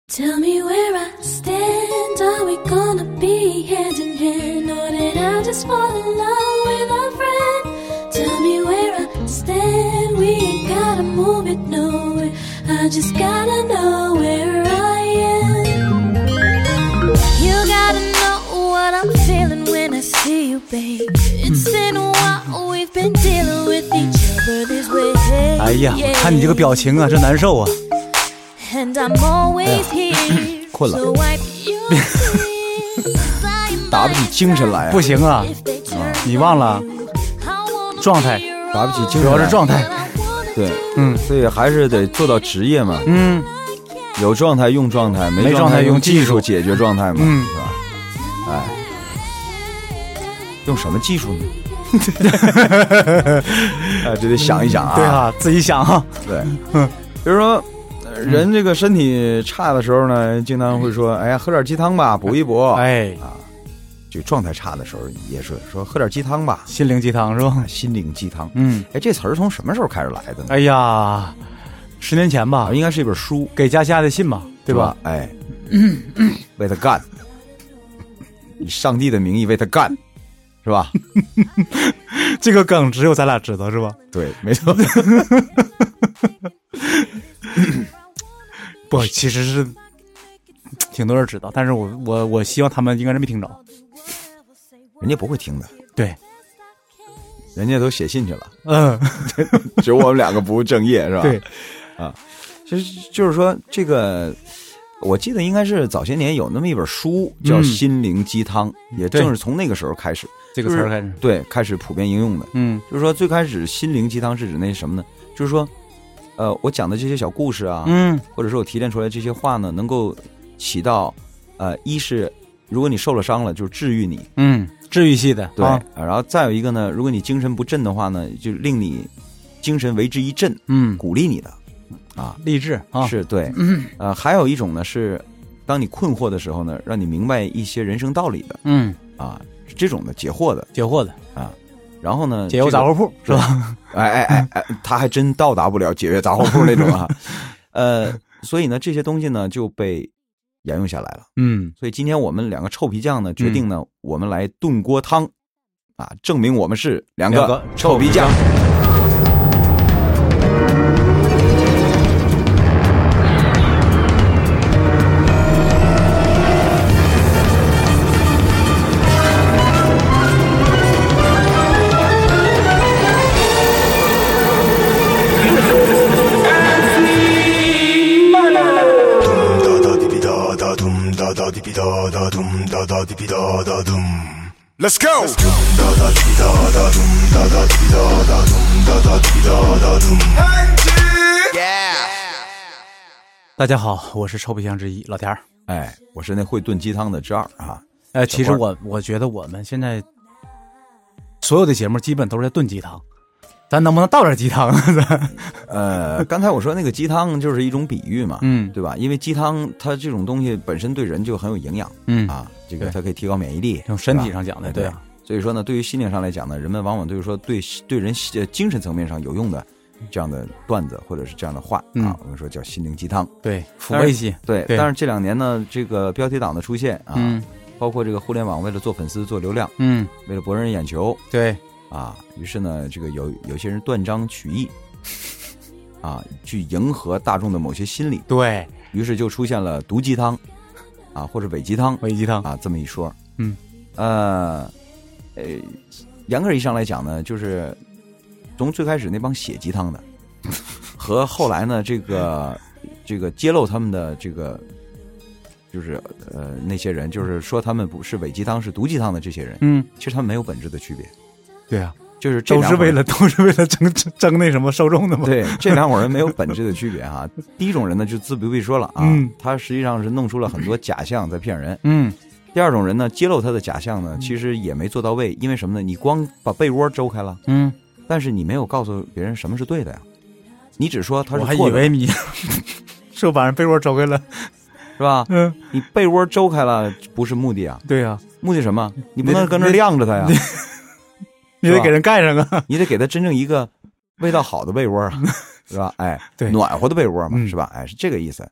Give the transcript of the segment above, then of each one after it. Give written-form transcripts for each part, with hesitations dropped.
Tell me where I stand, are we gonna be hand in hand, or did I just fall in love with a friend? Tell me where I stand, we ain't gotta move it nowhere, I just gotta know where I am. You gotta know what I'm feeling when I see you, babe. It's been a while, we've been dealing with each other this way. 哎呀，我看你这个表情啊，真难受啊。 And I'm always here, 困了 so wipe your tears. 打不起精神来啊， 不行啊，你忘了状态， 打不起精神主来， 要是状态。 对， 嗯所以还是得做到职业嘛， 嗯， 有状态用状态，没状态用技术解决状态嘛， 嗯是吧？哎，用什么技术呢？哎，这得想一想啊。 对啊，自己想哈。 对，比如说人这个身体差的时候呢，经常会说，哎呀，喝点鸡汤吧，补一补。 哎， 这个状态差的时候也是说喝点鸡汤吧， 心灵鸡汤是吧？ 心灵鸡汤。 嗯， 哎，这词儿从什么时候开始来的呢？ 哎呀，10年前吧， 应该是一本书， 给家下的信嘛，对吧？ 哎，为他干，以上帝的名义为他干，是吧？ 这个梗只有咱俩知道是吧？ 对，没错。 不，其实是挺多人知道，但是我希望他们应该是没听着。 人家不会听的， 对， 人家都写信去了， 嗯， 只有我们两个不务正业，是吧？ 对， 啊，就是说这个，我记得应该是早些年有那么一本书叫《心灵鸡汤》，也正是从那个时候开始， 这个词儿开始， 对，开始普遍应用的。 嗯， 就是说最开始心灵鸡汤是指那什么呢？就是说，我讲的这些小故事啊，或者说我提炼出来这些话呢，能够起到，一是如果你受了伤了，就是治愈你， 治愈系的， 对，然后再有一个呢，如果你精神不振的话呢，就令你精神为之一振，鼓励你的，啊， 励志啊， 是对，还有一种呢是，当你困惑的时候呢，让你明白一些人生道理的，啊，这种的解惑的啊，然后呢， 解忧杂货铺是吧？ 哎，他还真到达不了解决杂货铺那种啊，所以呢，这些东西呢就被沿用下来了。所以今天我们两个臭皮匠呢，决定呢，我们来炖锅汤，啊，证明我们是两个臭皮匠。 Let's go. 大家好，我是臭皮匠之一老田儿。 哎，我是那会炖鸡汤的之二啊。 其实我觉得我们现在所有的节目基本都是在炖鸡汤，咱能不能倒点鸡汤？ 刚才我说那个鸡汤就是一种比喻嘛，对吧？因为鸡汤它这种东西本身对人就很有营养，这个它可以提高免疫力， 从身体上讲的，对啊。 所以说呢，对于心灵上来讲呢，人们往往就是说对人精神层面上有用的这样的段子或者是这样的话啊，我们说叫心灵鸡汤， 对，抚慰系， 对。但是这2年呢，这个标题党的出现啊，包括这个互联网为了做粉丝做流量，为了博人眼球， 对啊，于是呢，这个有些人断章取义，啊，去迎合大众的某些心理， 对于是就出现了毒鸡汤，啊，或者伪鸡汤啊，这么一说，严格意义上来讲呢，就是从最开始那帮写鸡汤的，和后来呢这个揭露他们的这个，就是那些人，就是说他们不是伪鸡汤是毒鸡汤的这些人，其实他们没有本质的区别。 对啊， 就是都是为了争那什么受众的嘛。 对，这2伙人没有本质的区别啊。第一种人呢，就自不必说了啊，他实际上是弄出了很多假象在骗人。第二种人呢，揭露他的假象呢，其实也没做到位，因为什么呢？你光把被窝周开了，但是你没有告诉别人什么是对的呀，你只说他是错的。 我还以为你是把人被窝周开了， 是吧？你被窝周开了不是目的啊。 对啊， 目的什么？你不能跟那晾着他呀。 你得给人盖上啊， 你得给他真正一个味道好的被窝啊，是吧？哎， 对， 暖和的被窝嘛，是吧？哎，是这个意思。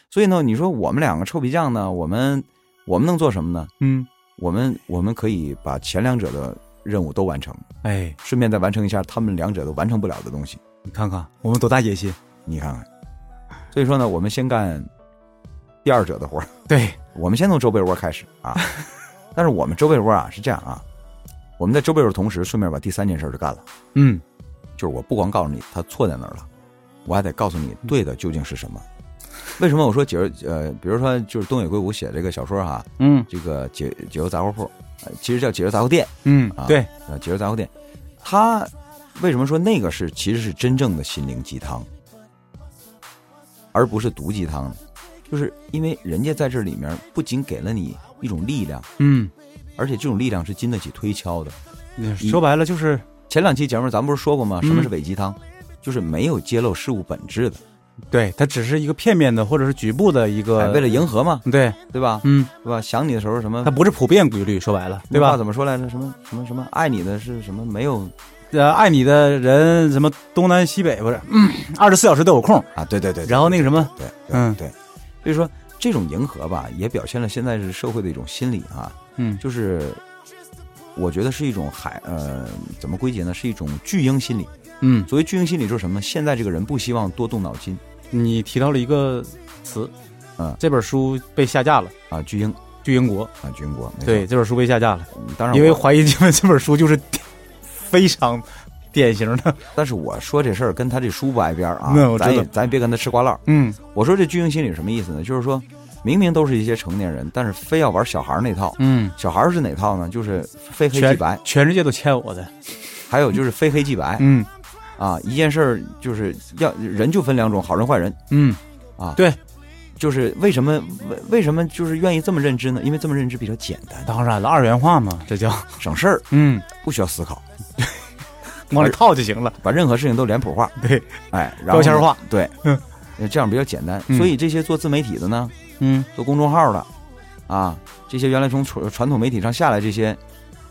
所以呢，你说我们两个臭皮匠呢，我们能做什么呢？我们可以把前两者的任务都完成， 哎， 顺便再完成一下他们两者都完成不了的东西。 你看看我们多大野心， 你看看。所以说呢，我们先干第二者的活。 对， 我们先从周被窝开始啊。但是我们周被窝啊是这样啊，我们在周被窝的同时，顺便把第3件事就干了。就是我不光告诉你他错在哪儿了，我还得告诉你对的究竟是什么。为什么我说比如说就是东野圭吾写这个小说哈，这个解忧杂货铺，其实叫解忧杂货店， 对， 解忧杂货店，他为什么说那个其实是真正的心灵鸡汤，而不是毒鸡汤呢？就是因为人家在这里面不仅给了你一种力量，而且这种力量是经得起推敲的。 说白了就是前2期节目咱们不是说过吗？什么是伪鸡汤？就是没有揭露事物本质的。 对，它只是一个片面的或者是局部的一个， 为了迎合嘛， 对吧？对吧？想你的时候什么？ 它不是普遍规律，说白了，对吧？ 怎么说来着？什么？爱你的是什么？没有， 爱你的人什么东南西北不是？24小时都有空啊！对。 然后那个什么， 对。所以说这种迎合吧，也表现了现在是社会的一种心理啊。就是我觉得是一种怎么归结呢？是一种巨婴心理。所谓巨婴心理就是什么呢？现在这个人不希望多动脑筋。你提到了一个词，这本书被下架了啊，巨婴国啊，巨婴国， 对，这本书被下架了。 当然， 因为怀疑这本书就是非常典型的。 但是我说这事儿跟他这书不挨边啊，咱也别跟他吃瓜烂。我说这巨婴心理什么意思呢？就是说明明都是一些成年人，但是非要玩小孩那套。小孩是哪套呢？就是非黑即白， 全世界都欠我的。 还有就是非黑即白。一件事儿就是要人就分2种，好人坏人。对，就是为什么就是愿意这么认知呢？因为这么认知比较简单。 当然了，2元化嘛，这叫省事儿。不需要思考， 往里套就行了， 把任何事情都脸谱化。 对， 标签化。 对，这样比较简单。所以这些做自媒体的呢，做公众号的啊，这些原来从传统媒体上下来这些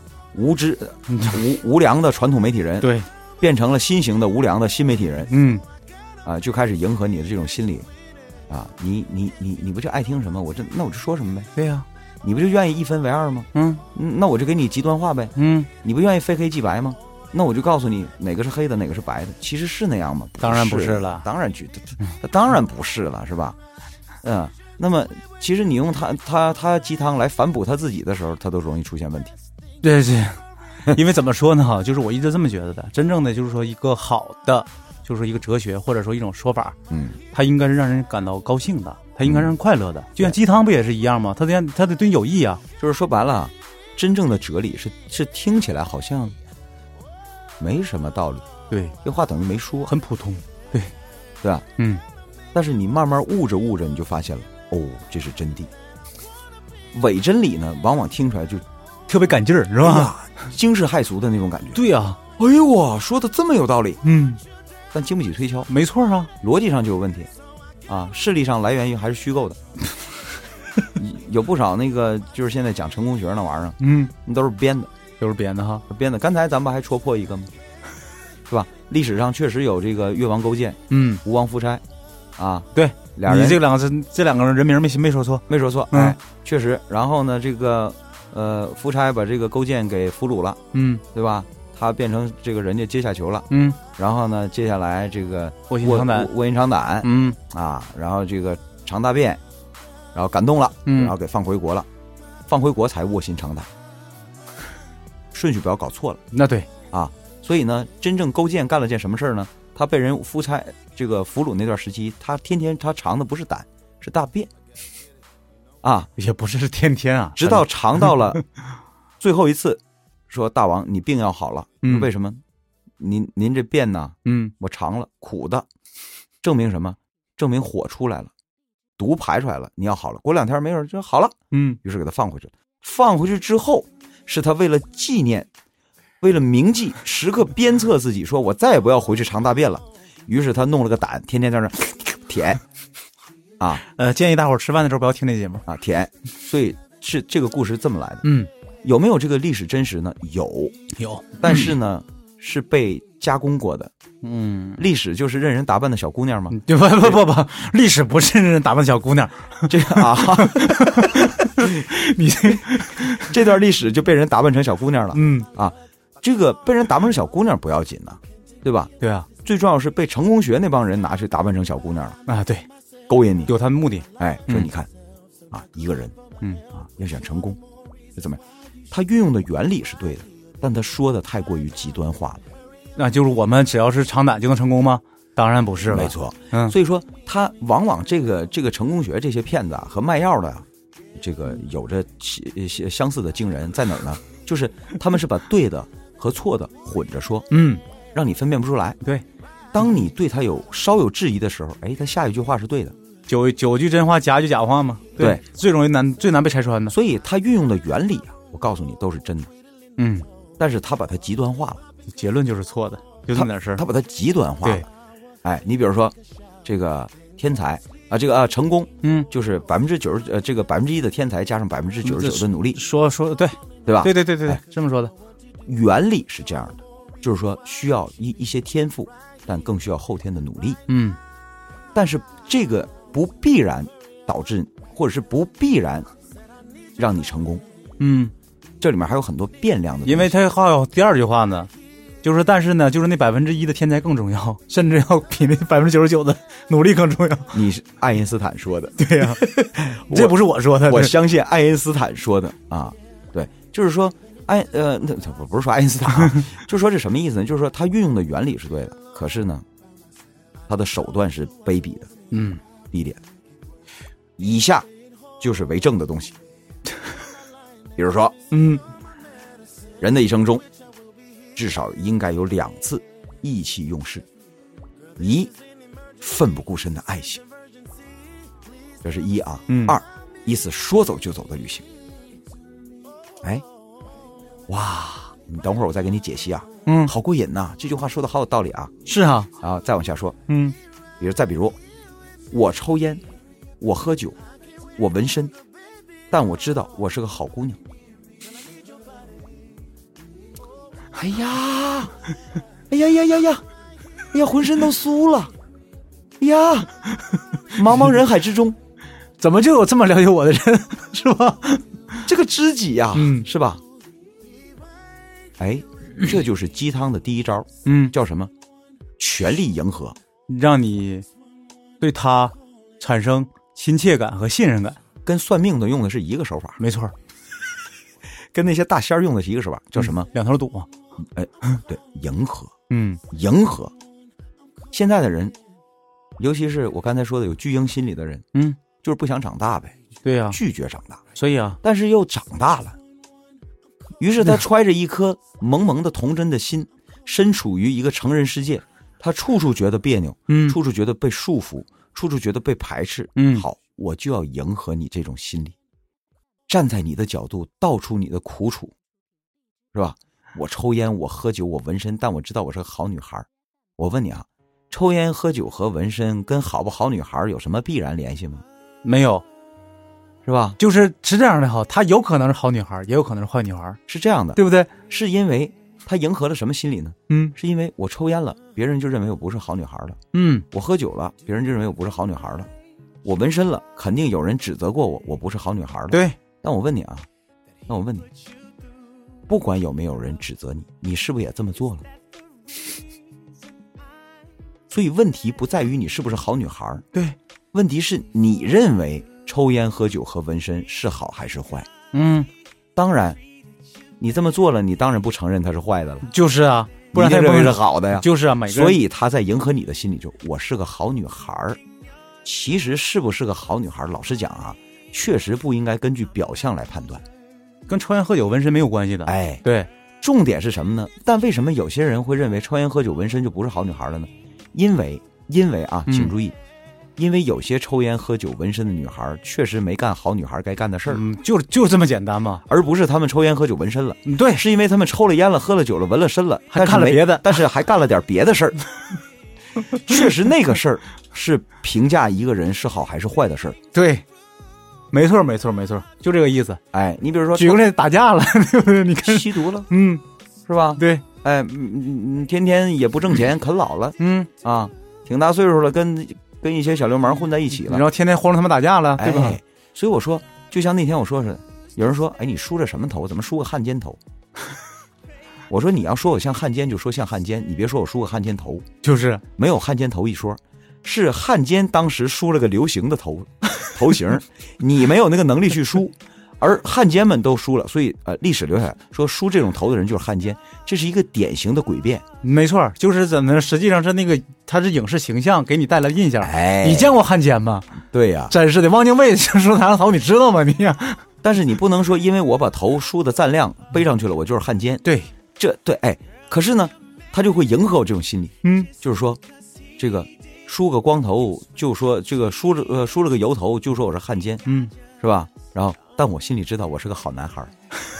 无良的传统媒体人， 对。 变成了新型的无良的新媒体人，就开始迎合你的这种心理，你不就爱听什么，那我就说什么呗。 对呀， 你不就愿意1分为2吗？那我就给你极端化呗。你不愿意非黑即白吗？那我就告诉你哪个是黑的，哪个是白的。其实是那样吗？ 当然不是了， 当然不是了，是吧？那么其实你用他鸡汤来反哺他自己的时候，他都容易出现问题。 对。因为怎么说呢哈，就是我一直这么觉得的，真正的就是说一个好的，就是说一个哲学或者说一种说法，它应该是让人感到高兴的，它应该让人快乐的，就像鸡汤不也是一样吗？它得对你有益啊。 就是说白了，真正的哲理是听起来好像没什么道理， 对， 这话等于没说， 很普通，对吧？但是你慢慢悟着你就发现了，这是真谛。伪真理呢，往往听出来就特别赶劲儿，是吧？ 惊世骇俗的那种感觉。 对呀， 哎呦我说的这么有道理，但经不起推敲。 没错啊， 逻辑上就有问题啊，事例上来源于还是虚构的。有不少那个就是现在讲成功学那玩意儿，那都是编的哈，编的。刚才咱们还戳破一个吗？是吧？历史上确实有这个越王勾践，吴王夫差，啊， 对， 俩人， 你这两个人名没说错， 确实。然后呢，这个夫差把这个勾践给俘虏了，对吧？他变成这个人家阶下囚了，然后呢，接下来这个卧薪尝胆， 然后这个肠大便，然后感动了，然后给放回国了，放回国才卧薪尝胆，顺序不要搞错了。 那对啊，所以呢，真正勾践干了件什么事儿呢？他被人夫差这个俘虏那段时期，他天天他尝的不是胆，是大便，啊， 也不是天天啊， 直到尝到了最后一次。说大王，你病要好了，为什么？您这便呢？我尝了，苦的，证明什么？证明火出来了，毒排出来了，你要好了。过2天没准就好了，于是给他放回去了。放回去之后，是他为了纪念，为了铭记，时刻鞭策自己，说我再也不要回去尝大便了。于是他弄了个胆，天天在那舔，啊， 建议大伙儿吃饭的时候不要听这节目啊，舔。所以是这个故事这么来的，有没有这个历史真实呢？有，但是呢， 是被加工过的。历史就是任人打扮的小姑娘吗？ 不，历史不是任人打扮的小姑娘， 这个啊，你这段历史就被人打扮成小姑娘了。这个被人打扮成小姑娘不要紧呢，对吧？ 对啊， 最重要是被成功学那帮人拿去打扮成小姑娘了啊，对， 勾引你， 有他们目的。 说你看一个人要想成功是怎么样？他运用的原理是对的，但他说的太过于极端化了。 那就是我们只要是长胆就能成功吗？当然不是了。 没错。所以说他往往这个成功学这些骗子和卖药的这个有着相似的惊人在哪儿呢？就是他们是把对的和错的混着说，让你分辨不出来。 对， 当你对他稍有质疑的时候，他下一句话是对的。 九句真话夹一句假话嘛。对，最难被拆穿的。 所以他运用的原理我告诉你都是真的。但是他把它极端化了， 结论就是错的，就这么点事儿。 他把它极端化了。对，你比如说这个天才这个成功，就是90%，这个1%的天才加上99%的努力。 说对吧？对，这么说的。 原理是这样的，就是说需要一些天赋，但更需要后天的努力。但是这个不必然导致，或者是不必然让你成功。这里面还有很多变量的东西。 因为他还有第二句话呢，就是但是呢，就是那1%的天才更重要，甚至要比那99%的努力更重要。 你是爱因斯坦说的。 对呀，这不是我说的， 我相信爱因斯坦说的啊。对，就是说不是说爱因斯坦就是说这什么意思呢？就是说他运用的原理是对的，可是呢，他的手段是卑鄙的，低劣的。以下就是为正的东西。比如说，人的一生中至少应该有2次意气用事，一奋不顾身的爱情，这是一啊。二，一次说走就走的旅行。哇，你等会儿我再给你解析啊。好过瘾呐，这句话说的好有道理啊。 是啊。 然后再往下说，比如我抽烟，我喝酒，我纹身，但我知道我是个好姑娘。哎呀，浑身都酥了。茫茫人海之中， 怎么就有这么了解我的人，是吧？ 这个知己呀，是吧？这就是鸡汤的第一招，叫什么？全力迎合， 让你对他产生亲切感和信任感。 跟算命的用的是一个手法， 没错。 跟那些大仙用的是一个手法，叫什么？ 两头堵。 对，迎合。迎合。现在的人，尤其是我刚才说的有巨婴心理的人，就是不想长大呗。 对呀， 拒绝长大。 所以啊， 但是又长大了，于是他揣着一颗萌萌的童真的心，身处于一个成人世界，他处处觉得别扭，处处觉得被束缚，处处觉得被排斥。好，我就要迎合你这种心理，站在你的角度道出你的苦楚，是吧？我抽烟，我喝酒，我纹身，但我知道我是个好女孩。我问你啊，抽烟喝酒和纹身跟好不好女孩有什么必然联系吗？ 没有， 是吧？ 就是这样的。她有可能是好女孩，也有可能是坏女孩， 是这样的， 对不对？ 是因为她迎合了什么心理呢？是因为我抽烟了，别人就认为我不是好女孩了。我喝酒了，别人就认为我不是好女孩了。我纹身了，肯定有人指责过我，我不是好女孩了。 对。 但我问你啊，不管有没有人指责你，你是不是也这么做了？所以问题不在于你是不是好女孩， 对， 问题是你认为抽烟喝酒和纹身是好还是坏。当然你这么做了，你当然不承认它是坏的了。 就是啊，不然他认为是好的呀。 就是啊，每个人。 所以他在迎合你的心理，就我是个好女孩。其实是不是个好女孩，老实讲啊，确实不应该根据表象来判断， 跟抽烟喝酒纹身没有关系的。对， 重点是什么呢？但为什么有些人会认为抽烟喝酒纹身就不是好女孩了呢？因为啊，请注意，因为有些抽烟喝酒纹身的女孩确实没干好女孩该干的事儿。 就这么简单嘛， 而不是他们抽烟喝酒纹身了。 对， 是因为他们抽了烟了，喝了酒了，纹了身了， 还干了别的， 但是还干了点别的事儿。确实那个事儿是评价一个人是好还是坏的事儿。 对，没错，就这个意思。 你比如说举个例子，打架了，对不对？你看吸毒了， 是吧？ 对， 哎，天天也不挣钱，啃老了，挺大岁数了，跟一些小流氓混在一起了， 然后天天慌着他们打架了，对吧？ 所以我说，就像那天我说是，有人说，哎，你梳着什么头？怎么梳个汉奸头？我说你要说我像汉奸，就说像汉奸，你别说我梳个汉奸头， 就是没有汉奸头一说，是汉奸当时梳了个流行的头型，你没有那个能力去梳。而汉奸们都输了，所以历史留下来说梳这种头的人就是汉奸，这是一个典型的诡辩。 没错，就是怎么实际上是那个他是影视形象给你带来的印象。你见过汉奸吗？ 对呀， 真是的，汪精卫梳他的头，你知道吗？你呀， 但是你不能说因为我把头梳的锃亮背上去了，我就是汉奸。 对， 可是呢，他就会迎合我这种心理。就是说，这个梳个光头就说这个梳了个油头就说我是汉奸，是吧？然后。但我心里知道我是个好男孩。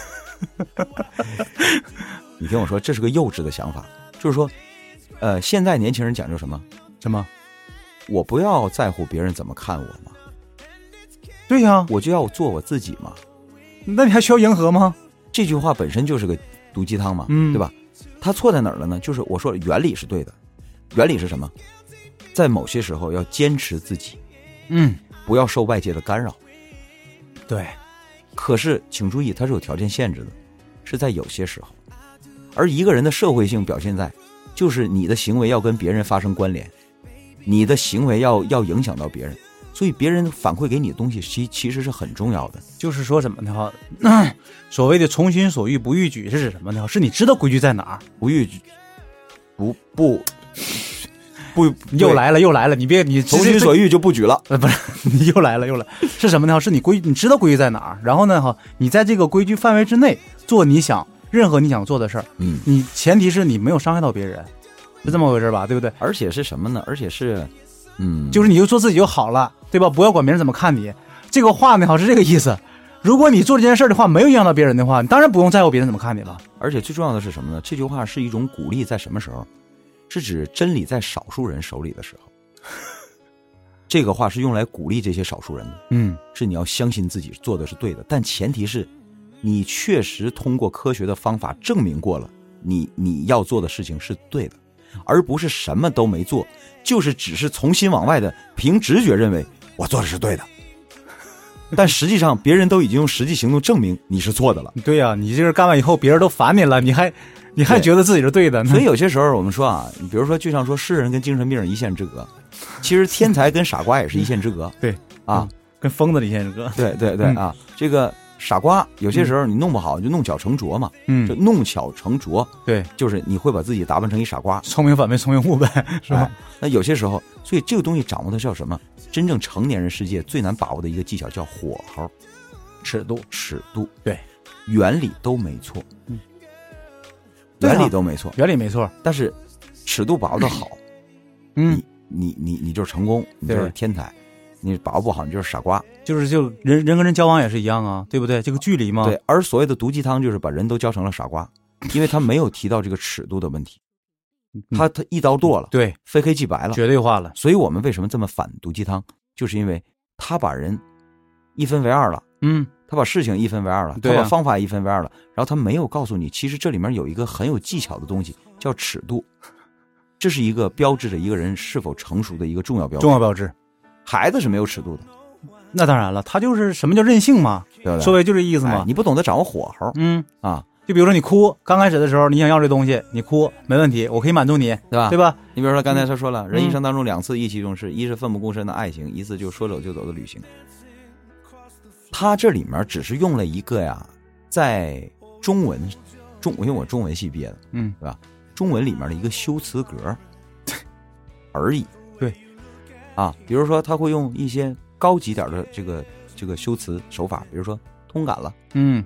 你听我说，这是个幼稚的想法，就是说，现在年轻人讲究什么？我不要在乎别人怎么看我嘛。 对呀， 我就要做我自己嘛。 那你还需要迎合吗？ 这句话本身就是个毒鸡汤嘛，对吧？它错在哪儿了呢？就是我说原理是对的，原理是什么？在某些时候要坚持自己，不要受外界的干扰。 对。 可是请注意，它是有条件限制的，是在有些时候。而一个人的社会性表现在，就是你的行为要跟别人发生关联，你的行为要影响到别人，所以别人反馈给你的东西其实是很重要的。 就是说什么的话，所谓的从心所欲不逾矩是指什么呢？是你知道规矩在哪儿， 不逾矩，不又来了，你从心所欲就不举了， 不是，你又来了，是什么呢？是你知道规矩在哪儿，然后呢，你在这个规矩范围之内做任何你想做的事儿，你前提是你没有伤害到别人，是这么回事吧？对不对？ 而且是什么呢？而且是， 就是你就做自己就好了，对吧？不要管别人怎么看你。这个话呢，是这个意思。如果你做这件事的话，没有影响到别人的话，你当然不用在乎别人怎么看你了。 而且最重要的是什么呢？这句话是一种鼓励，在什么时候？是指真理在少数人手里的时候，这个话是用来鼓励这些少数人的。是你要相信自己做的是对的，但前提是你确实通过科学的方法证明过了，你要做的事情是对的，而不是什么都没做，就是只是从心往外的凭直觉认为我做的是对的，但实际上别人都已经用实际行动证明你是错的了。 对呀，你这是干完以后别人都烦你了，你还觉得自己是对的。 所以有些时候我们说啊，你比如说就像说诗人跟精神病人一线之隔，其实天才跟傻瓜也是一线之隔。 对啊，跟疯子的一线之隔。 对啊，这个傻瓜有些时候你弄不好就弄巧成拙嘛。就弄巧成拙。 对， 就是你会把自己打扮成一傻瓜， 聪明反被聪明误呗，是吧？ 那有些时候，所以这个东西掌握的叫什么？真正成年人世界最难把握的一个技巧叫火候、 尺度。对， 原理都没错。原理都没错， 原理没错， 但是尺度把握的好，你就是成功，你就是天才；你把握不好，你就是傻瓜。 就人跟人交往也是一样啊，对不对？这个距离嘛。 对，而所谓的毒鸡汤就是把人都教成了傻瓜，因为他没有提到这个尺度的问题，他一刀剁了， 对， 非黑即白了， 绝对化了。 所以我们为什么这么反毒鸡汤，就是因为他把人一分为二了。他把事情一分为二了，他把方法一分为二了，然后他没有告诉你，其实这里面有一个很有技巧的东西，叫尺度。这是一个标志着一个人是否成熟的一个重要标志。孩子是没有尺度的， 那当然了，他就是什么叫任性嘛， 对不对？ 说白就这意思嘛。 你不懂得掌握火候， 就比如说你哭，刚开始的时候你想要这东西，你哭没问题，我可以满足你，对吧？ 你比如说刚才他说了，人一生当中2次意气用事，一是奋不顾身的爱情，一次就说走就走的旅行。他这里面只是用了一个呀，在中文，因为我中文系毕业的，对吧？中文里面的一个修辞格而已。 对， 比如说他会用一些高级点的这个修辞手法，比如说通感了，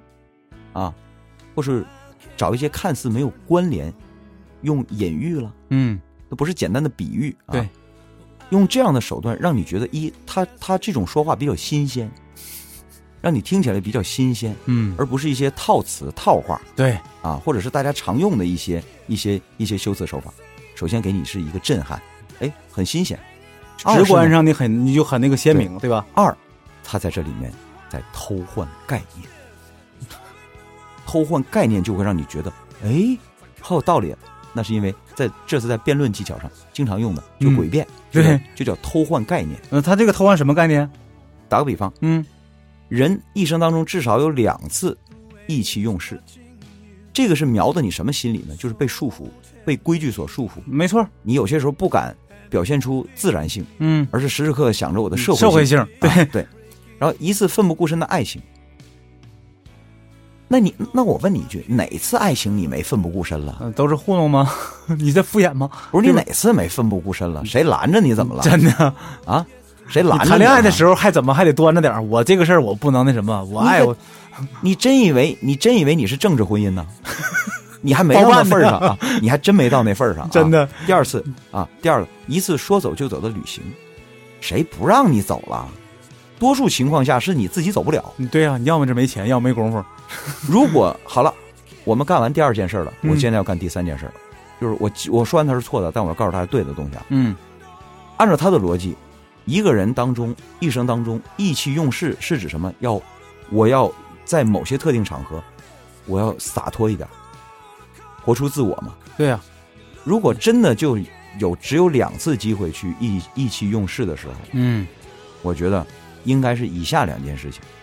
或是找一些看似没有关联，用隐喻了，那不是简单的比喻啊。 对， 用这样的手段让你觉得他这种说话比较新鲜。让你听起来比较新鲜，而不是一些套词套话， 对或者是大家常用的一些修辞手法。首先给你是一个震撼，很新鲜， 直观上你就很那个鲜明，对吧？ 二，他在这里面在偷换概念，偷换概念就会让你觉得， 好有道理，那是因为这是在辩论技巧上经常用的，就诡辩， 对， 就叫偷换概念。 他这个偷换什么概念？ 打个比方，人一生当中至少有2次意气用事，这个是瞄的你什么心理呢？就是被束缚，被规矩所束缚。 没错， 你有些时候不敢表现出自然性，而是时时刻刻想着我的社会性。 对、 对。然后一次奋不顾身的爱情，那我问你一句，哪次爱情你没奋不顾身了？ 都是糊弄吗？你在敷衍吗？ 不是，你哪次没奋不顾身了？谁拦着你怎么了？ 真的啊？谁拦着你？ 谈恋爱的时候怎么还得端着点？我这个事儿我不能那什么，我爱我。 你真以为你是政治婚姻呢？你还没到那份上啊！你还真没到那份上、啊。 真的。 第二个一次说走就走的旅行，谁不让你走了？多数情况下是你自己走不了。 对啊，你要么是没钱，要么没功夫。 如果好了，我们干完第2件事了，我现在要干第3件事了，就是我说完他是错的，但我要告诉他是对的东西啊。按照他的逻辑，一个人一生当中意气用事是指什么？我要在某些特定场合，我要洒脱一点，活出自我嘛。 对啊， 如果真的就只有2次机会去意气用事的时候，我觉得应该是以下2件事情。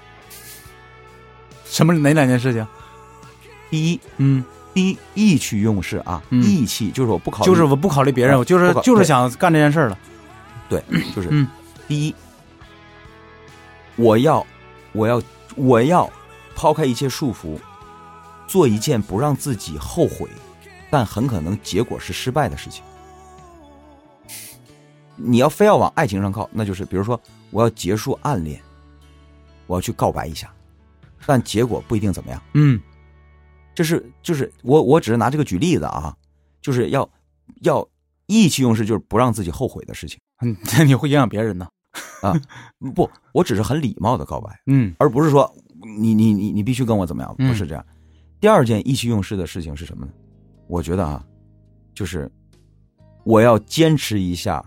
哪2件事情？ 第一，意气用事啊，意气就是我不考虑别人， 我就是想干这件事了。 对，就是第一，我要抛开一切束缚，做一件不让自己后悔，但很可能结果是失败的事情。你要非要往爱情上靠，那就是比如说我要结束暗恋，我要去告白一下，但结果不一定怎么样。就是我只是拿这个举例子啊，就是要意气用事，就是不让自己后悔的事情。 那你会影响别人呢？ 不，我只是很礼貌的告白，而不是说你必须跟我怎么样，不是这样。第2件意气用事的事情是什么呢？我觉得就是我要坚持一下，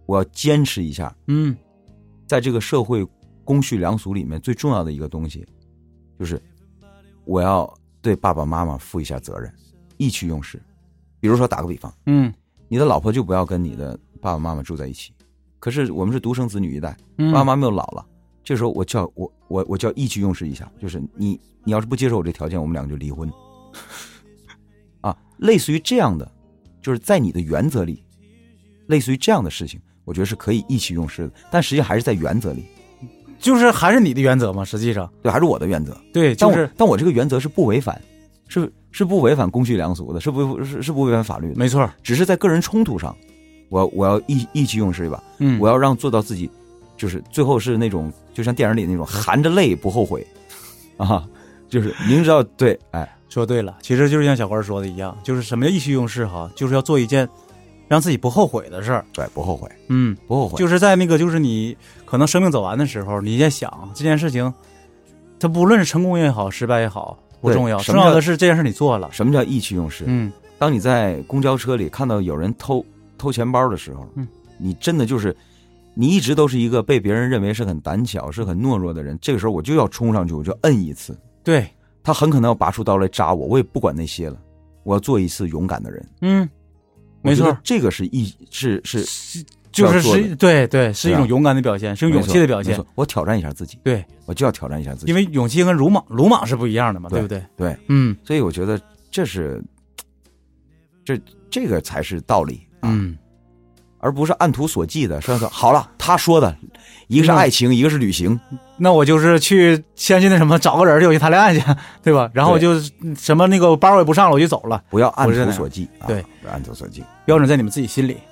在这个社会公序良俗里面最重要的一个东西，就是我要对爸爸妈妈负一下责任，意气用事。比如说打个比方，你的老婆就不要跟你的爸爸妈妈住在一起，可是我们是独生子女一代，爸爸妈妈又老了，这时候我叫意气用事一下，就是你要是不接受我这条件，我们2个就离婚啊，类似于这样的，就是在你的原则里，类似于这样的事情，我觉得是可以意气用事的，但实际上还是在原则里， 就是还是你的原则嘛，实际上对，还是我的原则， 对，就是但我这个原则是不违反，是不违反公序良俗的，是不违反法律的， 没错， 只是在个人冲突上，我要意气用事吧，我要让做到自己，就是最后是那种就像电影里那种含着泪不后悔啊，就是明知道对， 说对了，其实就是像小官说的一样，就是什么叫意气用事哈，就是要做一件让自己不后悔的事儿。 对，不后悔，不后悔， 就是在那个就是你可能生命走完的时候，你在想这件事情，它不论是成功也好，失败也好，不重要，重要的是这件事你做了。 什么叫意气用事？当你在公交车里看到有人偷钱包的时候，你真的就是你一直都是一个被别人认为是很胆小、是很懦弱的人，这个时候我就要冲上去，我就摁一次。 对， 他很可能要拔出刀来扎我，我也不管那些了，我要做一次勇敢的人。 没错， 这个是就是对，是一种勇敢的表现，是一种勇气的表现。 我挑战一下自己， 对， 我就要挑战一下自己， 因为勇气跟鲁莽是不一样的嘛，对不对？ 对，所以我觉得这个才是道理啊，而不是按图索骥的。说好了，他说的一个是爱情，一个是旅行， 那我就是先去那什么找个人就去谈恋爱去，对吧？然后就什么那个包也不上了，我就走了。 不要按图索骥， 对， 按图索骥， 标准在你们自己心里。